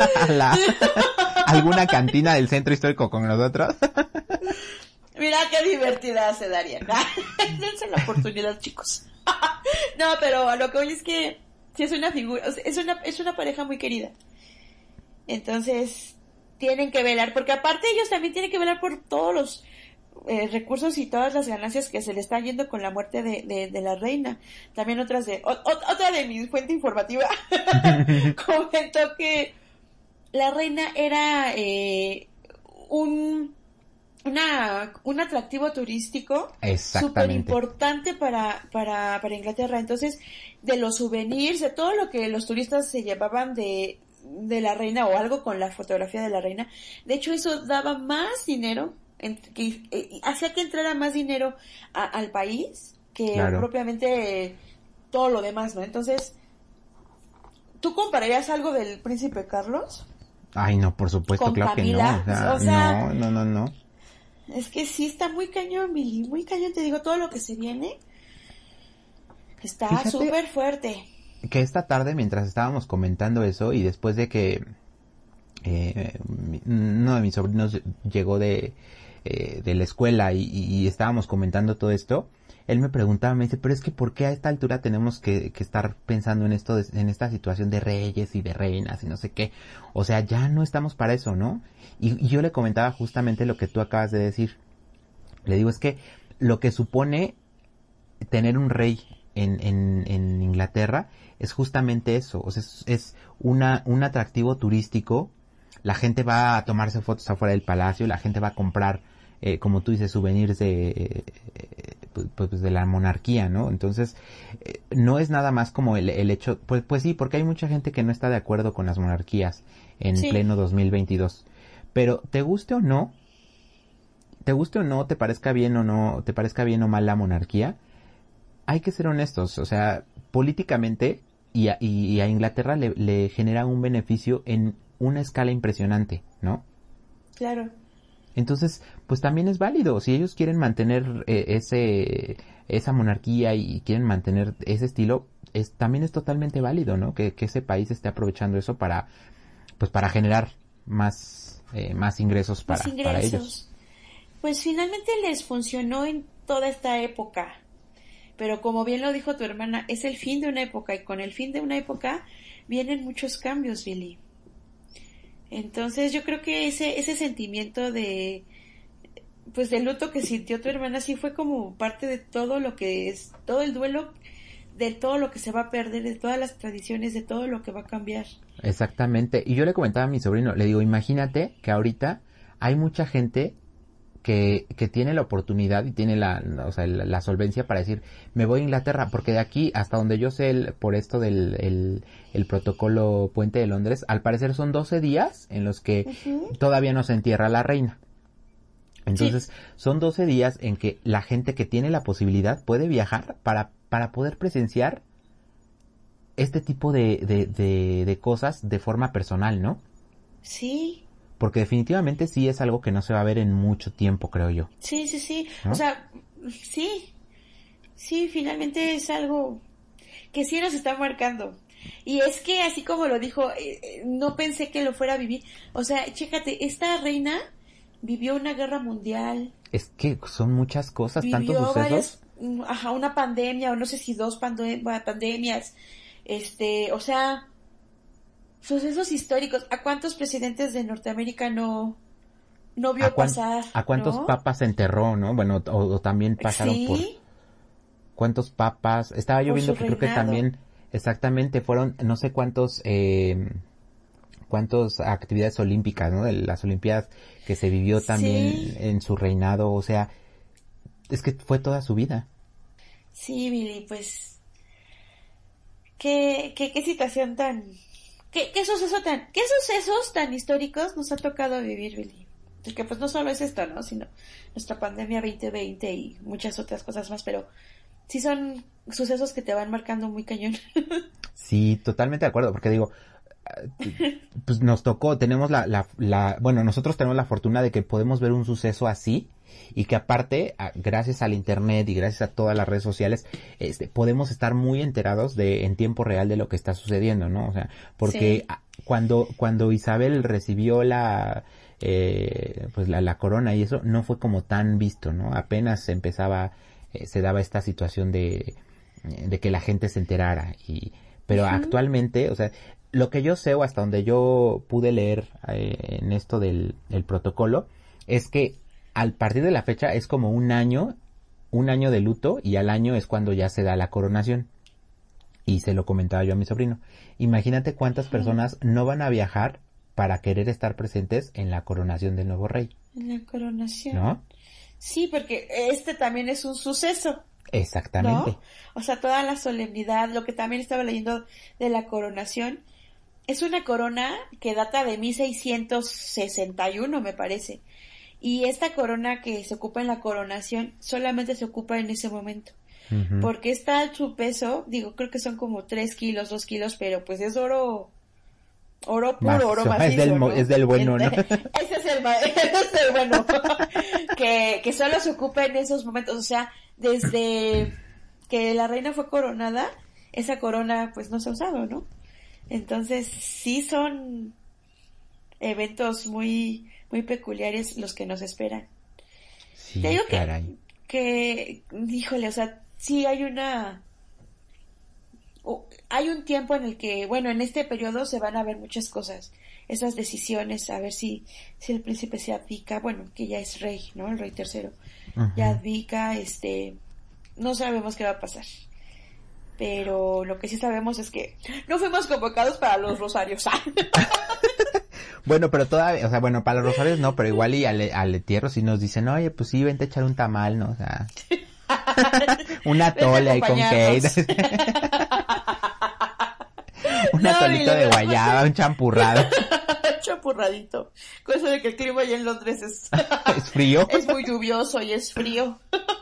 alguna cantina del centro histórico con nosotros. Mira qué divertida se darían. Dense la oportunidad, chicos. No, pero a lo que voy es que sí es una figura, o sea, es una pareja muy querida. Entonces, tienen que velar, porque aparte ellos también tienen que velar por todos los recursos y todas las ganancias que se le están yendo con la muerte de la reina. También otra de mi fuente informativa comentó que la reina era un atractivo turístico súper importante para Inglaterra. Entonces, de los souvenirs, de todo lo que los turistas se llevaban de la reina o algo con la fotografía de la reina, de hecho eso daba más dinero, hacía que entrara más dinero al país que propiamente todo lo demás, ¿no? Entonces, ¿tú compararías algo del príncipe Carlos? Ay, no, por supuesto, claro Camila? Que no. O sea, no. Es que sí está muy cañón, Billy, muy cañón, te digo, todo lo que se viene está súper fuerte. Que esta tarde, mientras estábamos comentando eso, y después de que uno de mis sobrinos llegó de la escuela y estábamos comentando todo esto, él me preguntaba, me dice, pero es que ¿por qué a esta altura tenemos que estar pensando en esto, en esta situación de reyes y de reinas y no sé qué? O sea, ya no estamos para eso, ¿no? Y yo le comentaba justamente lo que tú acabas de decir. Le digo, es que lo que supone tener un rey en Inglaterra es justamente eso, o sea, es un atractivo turístico. La gente va a tomarse fotos afuera del palacio, la gente va a comprar, como tú dices, souvenirs de la monarquía, ¿no? Entonces, no es nada más como el hecho, pues sí, porque hay mucha gente que no está de acuerdo con las monarquías en pleno 2022. Pero te guste o no, te parezca bien o mal la monarquía, hay que ser honestos, o sea, políticamente y a Inglaterra le genera un beneficio en una escala impresionante, ¿no? Claro. Entonces, pues también es válido, si ellos quieren mantener esa monarquía y quieren mantener ese estilo, también es totalmente válido, ¿no? Que ese país esté aprovechando eso para generar más ingresos para ellos. Pues finalmente les funcionó en toda esta época. Pero como bien lo dijo tu hermana, es el fin de una época y con el fin de una época vienen muchos cambios, Billy. Entonces yo creo que ese sentimiento de luto que sintió tu hermana sí fue como parte de todo lo que es, todo el duelo, de todo lo que se va a perder, de todas las tradiciones, de todo lo que va a cambiar. Exactamente. Y yo le comentaba a mi sobrino, le digo, imagínate que ahorita hay mucha gente que tiene la oportunidad y tiene la solvencia para decir, me voy a Inglaterra, porque de aquí hasta donde yo sé, por esto del el protocolo Puente de Londres, al parecer son 12 días en los que todavía no se entierra la reina. Entonces, son 12 días en que la gente que tiene la posibilidad puede viajar para poder presenciar este tipo de cosas de forma personal, ¿no? Sí. Porque definitivamente sí es algo que no se va a ver en mucho tiempo, creo yo. Sí. ¿No? O sea, sí, finalmente es algo que sí nos está marcando. Y es que así como lo dijo, no pensé que lo fuera a vivir. O sea, chécate, esta reina vivió una guerra mundial. Es que son muchas cosas, tantos sucesos. Una pandemia, o no sé si 2 pandemias. O sea, sucesos históricos. ¿A cuántos presidentes de Norteamérica no vio pasar? ¿A cuántos papas enterró, no? Bueno, o también pasaron por... ¿Cuántos papas? Estaba yo viendo que creo que también, exactamente, fueron no sé cuántos actividades olímpicas, ¿no? De las olimpiadas que se vivió también en su reinado, o sea, es que fue toda su vida. Sí, Billy, pues... ¿Qué situación tan... ¿Qué sucesos tan históricos nos ha tocado vivir, Billy? Porque pues no solo es esto, ¿no? Sino nuestra pandemia 2020 y muchas otras cosas más, pero sí son sucesos que te van marcando muy cañón. Sí, totalmente de acuerdo, porque digo, pues nos tocó, tenemos bueno, nosotros tenemos la fortuna de que podemos ver un suceso así y que aparte, gracias al internet y gracias a todas las redes sociales, podemos estar muy enterados en tiempo real de lo que está sucediendo, ¿no? O sea, porque sí. Cuando Isabel recibió pues la corona y eso, no fue como tan visto, ¿no? Apenas empezaba, se daba esta situación de que la gente se enterara pero actualmente, o sea, lo que yo sé o hasta donde yo pude leer en esto del protocolo es que al partir de la fecha es como un año de luto y al año es cuando ya se da la coronación. Y se lo comentaba yo a mi sobrino. Imagínate cuántas personas no van a viajar para querer estar presentes en la coronación del nuevo rey. En la coronación. ¿No? Sí, porque también es un suceso. Exactamente. ¿No? O sea, toda la solemnidad, lo que también estaba leyendo de la coronación, es una corona que data de 1661, me parece. Y esta corona que se ocupa en la coronación solamente se ocupa en ese momento. Uh-huh. Porque está su peso, digo, creo que son como 3 kilos, 2 kilos, pero pues es oro puro, oro macizo, ¿no? Es del bueno, ¿no? Ese es el bueno. que solo se ocupa en esos momentos, o sea, desde que la reina fue coronada, esa corona pues no se ha usado, ¿no? Entonces sí son eventos muy muy peculiares los que nos esperan. Sí, te digo caray. que híjole, o sea, sí hay un tiempo en el que, bueno, en este periodo se van a ver muchas cosas, esas decisiones, a ver si el príncipe se abdica, bueno, que ya es rey, ¿no? El rey tercero, uh-huh. Ya abdica, no sabemos qué va a pasar, pero lo que sí sabemos es que no fuimos convocados para los rosarios. Bueno, pero todavía, o sea, bueno, para los rosarios no, pero igual y al entierro si nos dicen, oye, pues sí, vente a echar un tamal, ¿no? O sea, una tole ahí con Kate. Un atolito de guayaba, un champurrado. Champurradito. Con eso de que el clima allá en Londres es frío. Es muy lluvioso y es frío.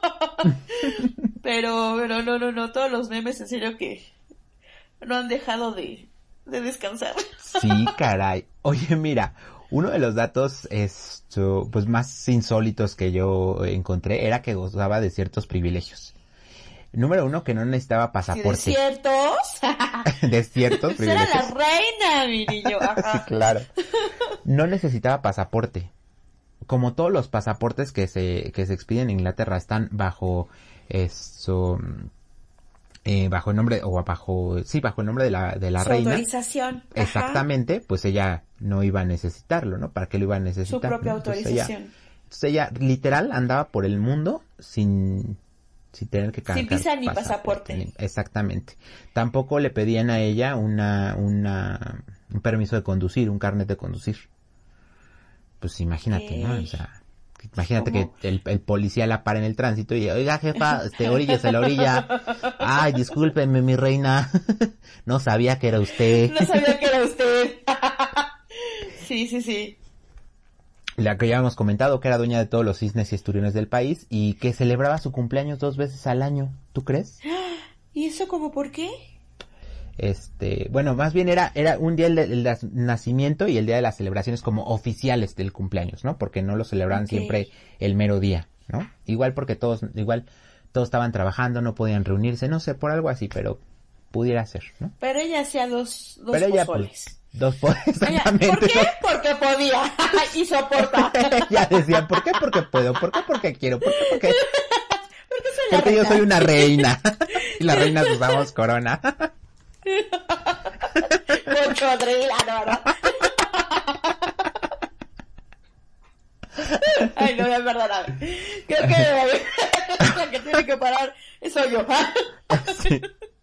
Pero no, todos los memes en serio que no han dejado de descansar. Sí, caray. Oye, mira, uno de los datos pues más insólitos que yo encontré era que gozaba de ciertos privilegios. Número 1, que no necesitaba pasaporte. ¿De ciertos? De ciertos privilegios. Era la reina, mi niño. Ajá. Sí, claro. No necesitaba pasaporte. Como todos los pasaportes que se expiden en Inglaterra están bajo bajo el nombre bajo el nombre de la su reina. Autorización. Ajá. Exactamente, pues ella no iba a necesitarlo, ¿no? ¿Para qué lo iba a necesitar? Su propia ¿no? autorización. Entonces ella literal andaba por el mundo sin tener que cargar sin visa ni pasaporte. Exactamente. Tampoco le pedían a ella un permiso de conducir, un carnet de conducir. Pues imagínate, ¿no? O sea, imagínate que el policía la para en el tránsito y, oiga, jefa, oríllese a la orilla. Ay, discúlpeme, mi reina. No sabía que era usted. No sabía que era usted. Sí. La que ya hemos comentado, que era dueña de todos los cisnes y esturiones del país y que celebraba su cumpleaños 2 veces al año. ¿Tú crees? ¿Y eso como por qué? Bueno, más bien era un día el nacimiento y el día de las celebraciones como oficiales del cumpleaños, ¿no? Porque no lo celebraban siempre el mero día, ¿no? Igual porque todos estaban trabajando, no podían reunirse, no sé, por algo así, pero pudiera ser, ¿no? Pero ella hacía dos pero ella, pozoles. Pues, 2 pozoles, exactamente. ¿Por qué? Porque podía y soporta. Ya decían, ¿por qué? Porque puedo, ¿por qué? Porque quiero, ¿por qué? Porque reina. Yo soy una reina y las reinas usamos corona. Cocodrila, no. Ay, no, es verdad. Creo que la que tiene que parar soy yo. Sí.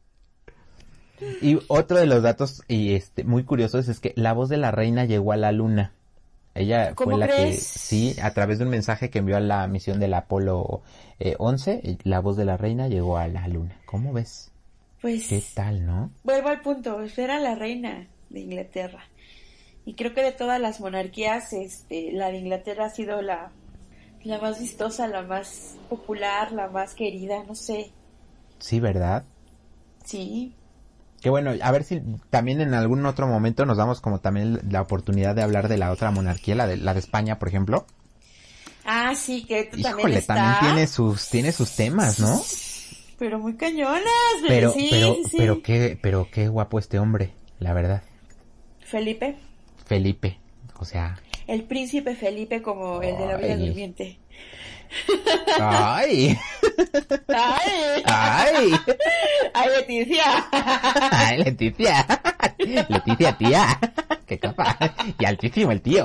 Y otro de los datos muy curiosos es que la voz de la reina llegó a la luna. Ella fue la crees? que, sí, a través de un mensaje que envió a la misión del Apolo 11, la voz de la reina llegó a la luna. ¿Cómo ves? Pues, ¿qué tal, no? Vuelvo al punto, era la reina de Inglaterra. Y creo que de todas las monarquías, la de Inglaterra ha sido la más vistosa, la más popular, la más querida, no sé. Sí, ¿verdad? Sí. Que bueno, a ver si también en algún otro momento nos damos como también la oportunidad de hablar de la otra monarquía, la de España, por ejemplo. Ah, sí, que Híjole, también está. también tiene sus temas, ¿no? Pero muy cañonas, Pero, sí, sí. pero qué guapo este hombre, la verdad. Felipe. O sea. El príncipe Felipe, como el de la Bella Durmiente. ¡Ay! ¡Ay! ¡Ay! ¡Ay, Leticia! ¡Ay, Leticia! Leticia, tía. ¡Qué capa! Y altísimo el tío.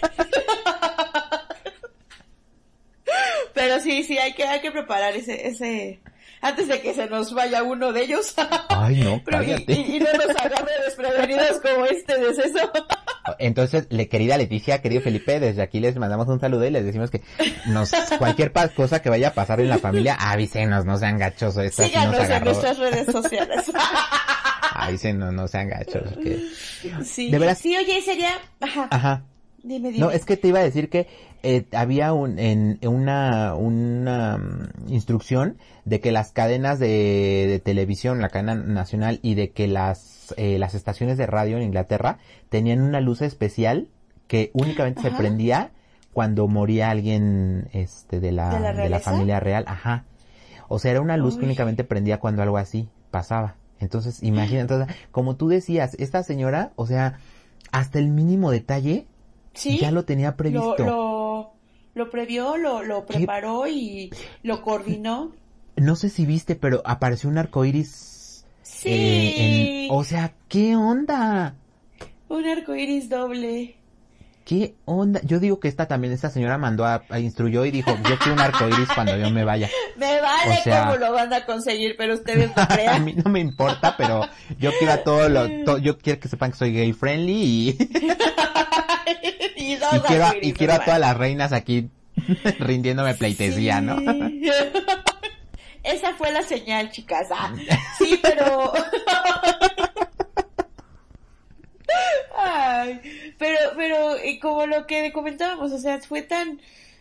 Pero sí, hay que preparar ese antes de que se nos vaya uno de ellos. Ay, no, cállate. Y no nos agarre desprevenidos como este deceso. Entonces, querida Leticia, querido Felipe, desde aquí les mandamos un saludo y les decimos que cualquier cosa que vaya a pasar en la familia, avísenos, no sean gachos. Síganos en nuestras redes sociales. Avísenos, no sean gachos. Sí, de veras. Sí, oye, sería... Ajá. Dime. No, es que te iba a decir que había una instrucción de que las cadenas de televisión, la cadena nacional, y de que las estaciones de radio en Inglaterra tenían una luz especial que únicamente se prendía cuando moría alguien de la familia real. Ajá. O sea, era una luz que únicamente prendía cuando algo así pasaba. Entonces, imagínate, entonces, como tú decías, esta señora, o sea, hasta el mínimo detalle, ¿sí? Ya lo tenía previsto. Lo previó, lo preparó y lo coordinó. No sé si viste, pero apareció un arcoíris. Sí. O sea, ¿qué onda? Un arcoíris doble. ¿Qué onda? Yo digo que esta señora mandó instruyó y dijo, yo quiero un arcoíris cuando yo me vaya. Me vale cómo lo van a conseguir, pero ustedes no crean. A mí no me importa, pero yo quiero yo quiero que sepan que soy gay friendly y y quiero a todas las reinas aquí rindiéndome pleitesía, sí. ¿No? Esa fue la señal, chicas. Sí, pero... Ay, pero como lo que comentábamos, o sea, fue tan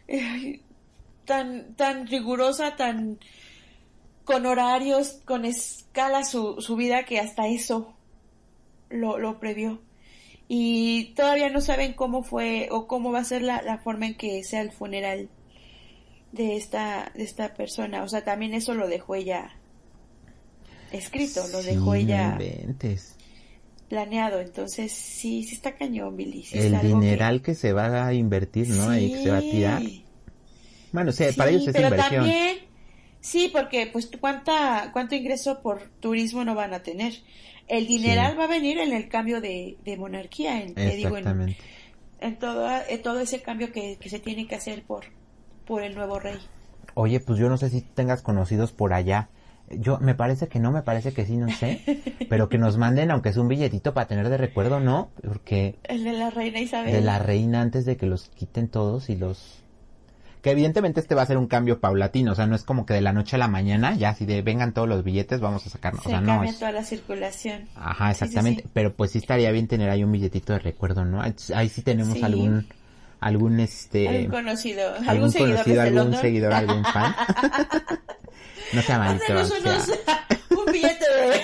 rigurosa, tan con horarios, con escala su vida, que hasta eso lo previó. Y todavía no saben cómo fue o cómo va a ser la forma en que sea el funeral de esta persona. O sea, también eso lo dejó ella escrito, lo dejó ella planeado. Entonces, sí está cañón, Billy. Sí, el dineral que se va a invertir, ¿no? Ahí que se va a tirar. Bueno, sí, para ellos es inversión. También, sí, porque pues cuánto ingreso por turismo no van a tener. El dineral va a venir en el cambio de monarquía, exactamente. En todo ese cambio que se tiene que hacer por el nuevo rey. Oye, pues yo no sé si tengas conocidos por allá. Me parece que no, me parece que sí, no sé. Pero que nos manden, aunque sea un billetito para tener de recuerdo, ¿no? Porque... El de la reina Isabel. De la reina, antes de que los quiten todos y los... Que evidentemente va a ser un cambio paulatino, o sea, no es como que de la noche a la mañana, ya si vengan todos los billetes, vamos a sacarnos. Se cambia toda la circulación. Ajá, exactamente, sí. Pero pues sí estaría bien tener ahí un billetito de recuerdo, ¿no? Ahí sí tenemos algún conocido, algún seguidor, algún fan. No sea malito. Un billete de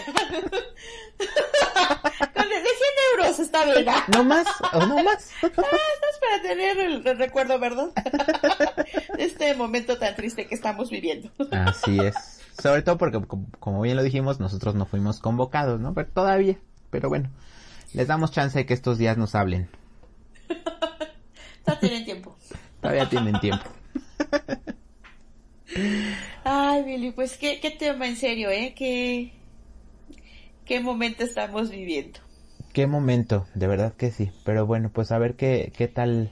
100 euros, está bien. No más, o no más. Es para tener el recuerdo, ¿verdad? De este momento tan triste que estamos viviendo. Así es. Sobre todo porque, como bien lo dijimos, nosotros no fuimos convocados, ¿no? Pero todavía. Pero bueno, les damos chance de que estos días nos hablen. Todavía tienen tiempo. Todavía tienen tiempo. Ay, Billy, pues qué tema en serio, ¿eh? Qué momento estamos viviendo. Qué momento, de verdad que sí. Pero bueno, pues a ver qué tal,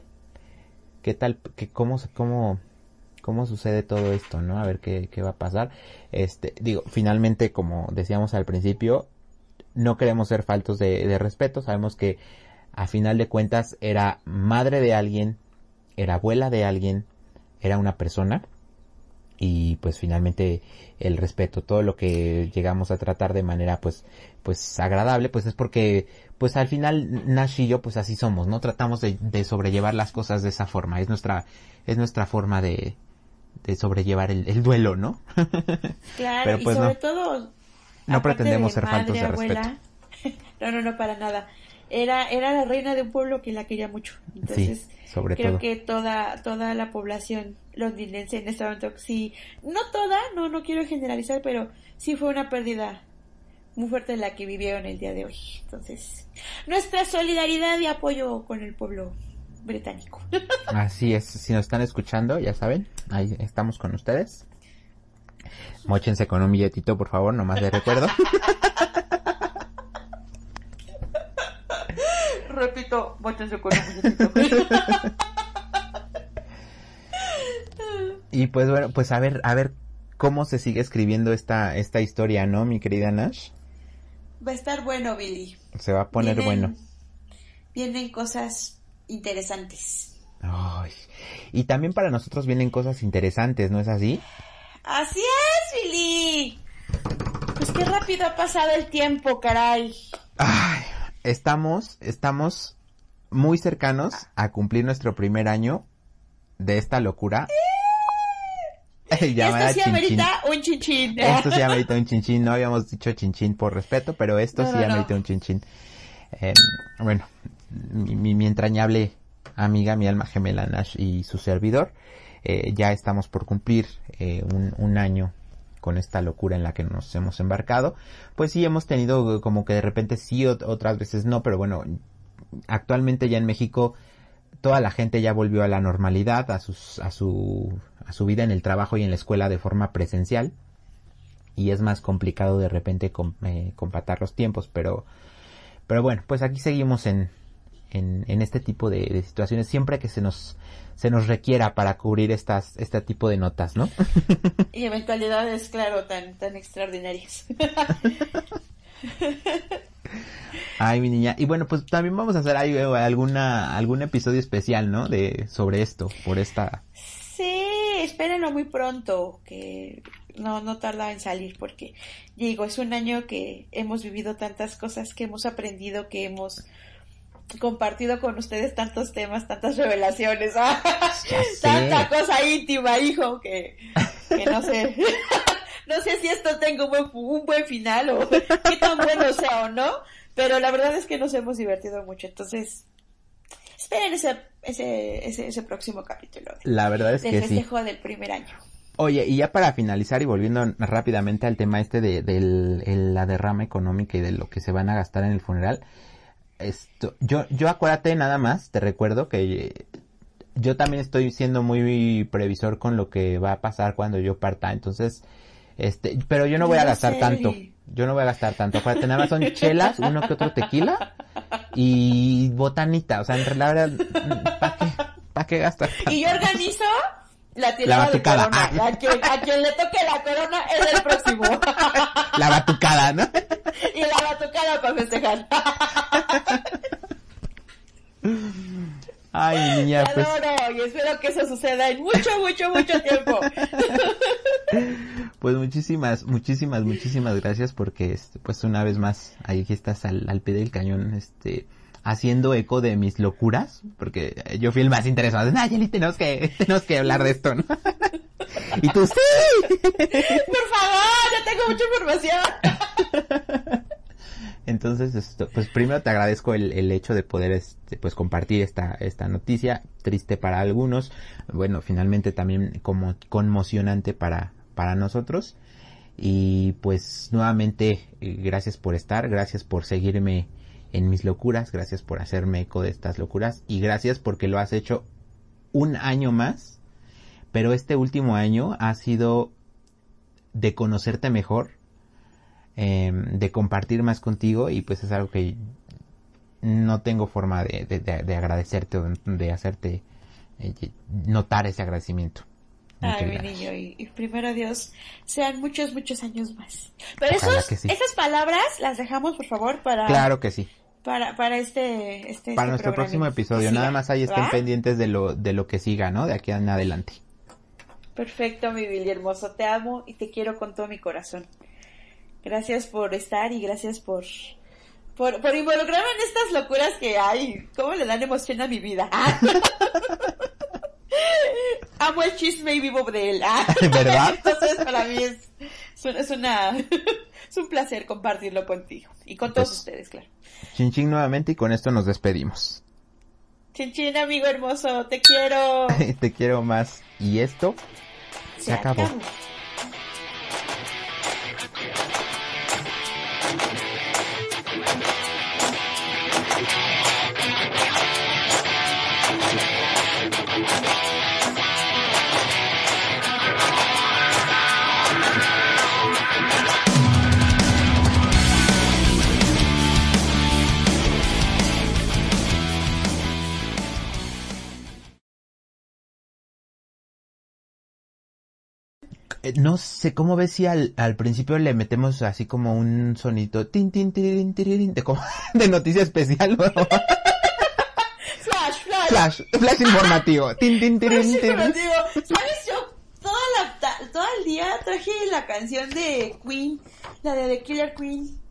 cómo sucede todo esto, ¿no? A ver qué va a pasar. Finalmente, como decíamos al principio, no queremos ser faltos de respeto. Sabemos que a final de cuentas era madre de alguien, era abuela de alguien, era una persona. Y pues finalmente el respeto, todo lo que llegamos a tratar de manera pues agradable, pues es porque pues al final Nash y yo pues así somos, ¿no? Tratamos de sobrellevar las cosas de esa forma, es nuestra forma de sobrellevar el duelo, ¿no? Claro, pero pues y sobre todo... No pretendemos ser faltos de abuela, respeto. No, para nada. Era la reina de un pueblo que la quería mucho. Entonces, sí, sobre creo todo. Que toda la población londinense en este momento, sí, no toda, no quiero generalizar, pero sí fue una pérdida muy fuerte la que vivieron el día de hoy. Entonces, nuestra solidaridad y apoyo con el pueblo británico. Así es, si nos están escuchando, ya saben, ahí estamos con ustedes. Móchense con un billetito, por favor, nomás les recuerdo. Repito, móchense con un billetito. Y pues bueno, pues a ver cómo se sigue escribiendo esta historia, ¿no, mi querida Nash? Va a estar bueno, Billy. Se va a poner bueno. Vienen cosas interesantes. Ay, y también para nosotros vienen cosas interesantes, ¿no es así? Así es, Billy. Pues qué rápido ha pasado el tiempo, caray. Ay, estamos muy cercanos a cumplir nuestro primer año de esta locura. Esto sí amerita un chinchín. Esto sí amerita un chinchín. No habíamos dicho chinchín por respeto, pero esto sí amerita un chinchín. Bueno, mi entrañable amiga, mi alma gemela Nash y su servidor, ya estamos por cumplir un año con esta locura en la que nos hemos embarcado. Pues sí, hemos tenido como que de repente sí, otras veces no, pero bueno, actualmente ya en México toda la gente ya volvió a la normalidad, a su vida en el trabajo y en la escuela de forma presencial, y es más complicado de repente compatar los tiempos, pero bueno, pues aquí seguimos en este tipo de situaciones, siempre que se nos requiera para cubrir este tipo de notas, ¿no? Y eventualidades, claro, tan extraordinarias. Ay, mi niña. Y bueno, pues también vamos a hacer ahí algún episodio especial, ¿no? Sobre esto, por esta... Sí, espérenlo muy pronto, que no tarda en salir, porque digo, es un año que hemos vivido tantas cosas, que hemos aprendido, que hemos compartido con ustedes tantos temas, tantas revelaciones, tanta cosa íntima, hijo, que no sé, no sé si esto tenga un buen final o qué tan bueno sea o no, pero la verdad es que nos hemos divertido mucho, entonces esperen ese próximo capítulo la verdad es que del festejo del primer año. Oye, y ya para finalizar y volviendo rápidamente al tema de la derrama económica y de lo que se van a gastar en el funeral, yo acuérdate, nada más, te recuerdo que yo también estoy siendo muy previsor con lo que va a pasar cuando yo parta, entonces, pero yo no voy a gastar tanto, acuérdate, nada más son chelas, uno que otro tequila y botanita, o sea, entre la verdad, ¿para qué gastar tanto? Y yo organizo la tirada de corona, a quien le toque la corona es el próximo. La batucada, ¿no? Y la batucada para festejar. Ay, niña, te adoro, y espero que eso suceda en mucho tiempo. Pues muchísimas gracias porque pues una vez más ahí estás al pie del cañón, haciendo eco de mis locuras, porque yo fui el más interesado. Nayeli, tenemos que hablar de esto, ¿no? Y tú, sí. Por favor, ya tengo mucha información. Entonces, pues primero te agradezco el hecho de poder, pues compartir esta noticia, triste para algunos, bueno, finalmente también como conmocionante para nosotros. Y pues nuevamente, gracias por estar, gracias por seguirme en mis locuras, gracias por hacerme eco de estas locuras y gracias porque lo has hecho un año más, pero este último año ha sido de conocerte mejor, de compartir más contigo y pues es algo que no tengo forma de agradecerte o de hacerte notar ese agradecimiento. Ay, mi niño, y primero Dios, sean muchos años más. Pero esas palabras las dejamos, por favor, para... Claro que sí. Para para nuestro próximo episodio. Nada más ahí estén pendientes de lo que siga, ¿no? De aquí en adelante. Perfecto, mi Billy hermoso. Te amo y te quiero con todo mi corazón. Gracias por estar y gracias por involucrarme en estas locuras que hay. ¿Cómo le dan emoción a mi vida? amo el chisme y vivo de él. ¿Verdad? Entonces para mí es un placer compartirlo contigo y con todos ustedes, claro. Chin chin nuevamente y con esto nos despedimos. Chin chin, amigo hermoso, te quiero. Te quiero más. Y esto se acabó. No sé, ¿cómo ves si al principio le metemos así como un sonito tin tin tiririn tiririn de noticia especial? Flash informativo. Tin tin tiririn tiririn. ¿Sabes? Yo todo el día traje la canción de Queen, la de The Killer Queen.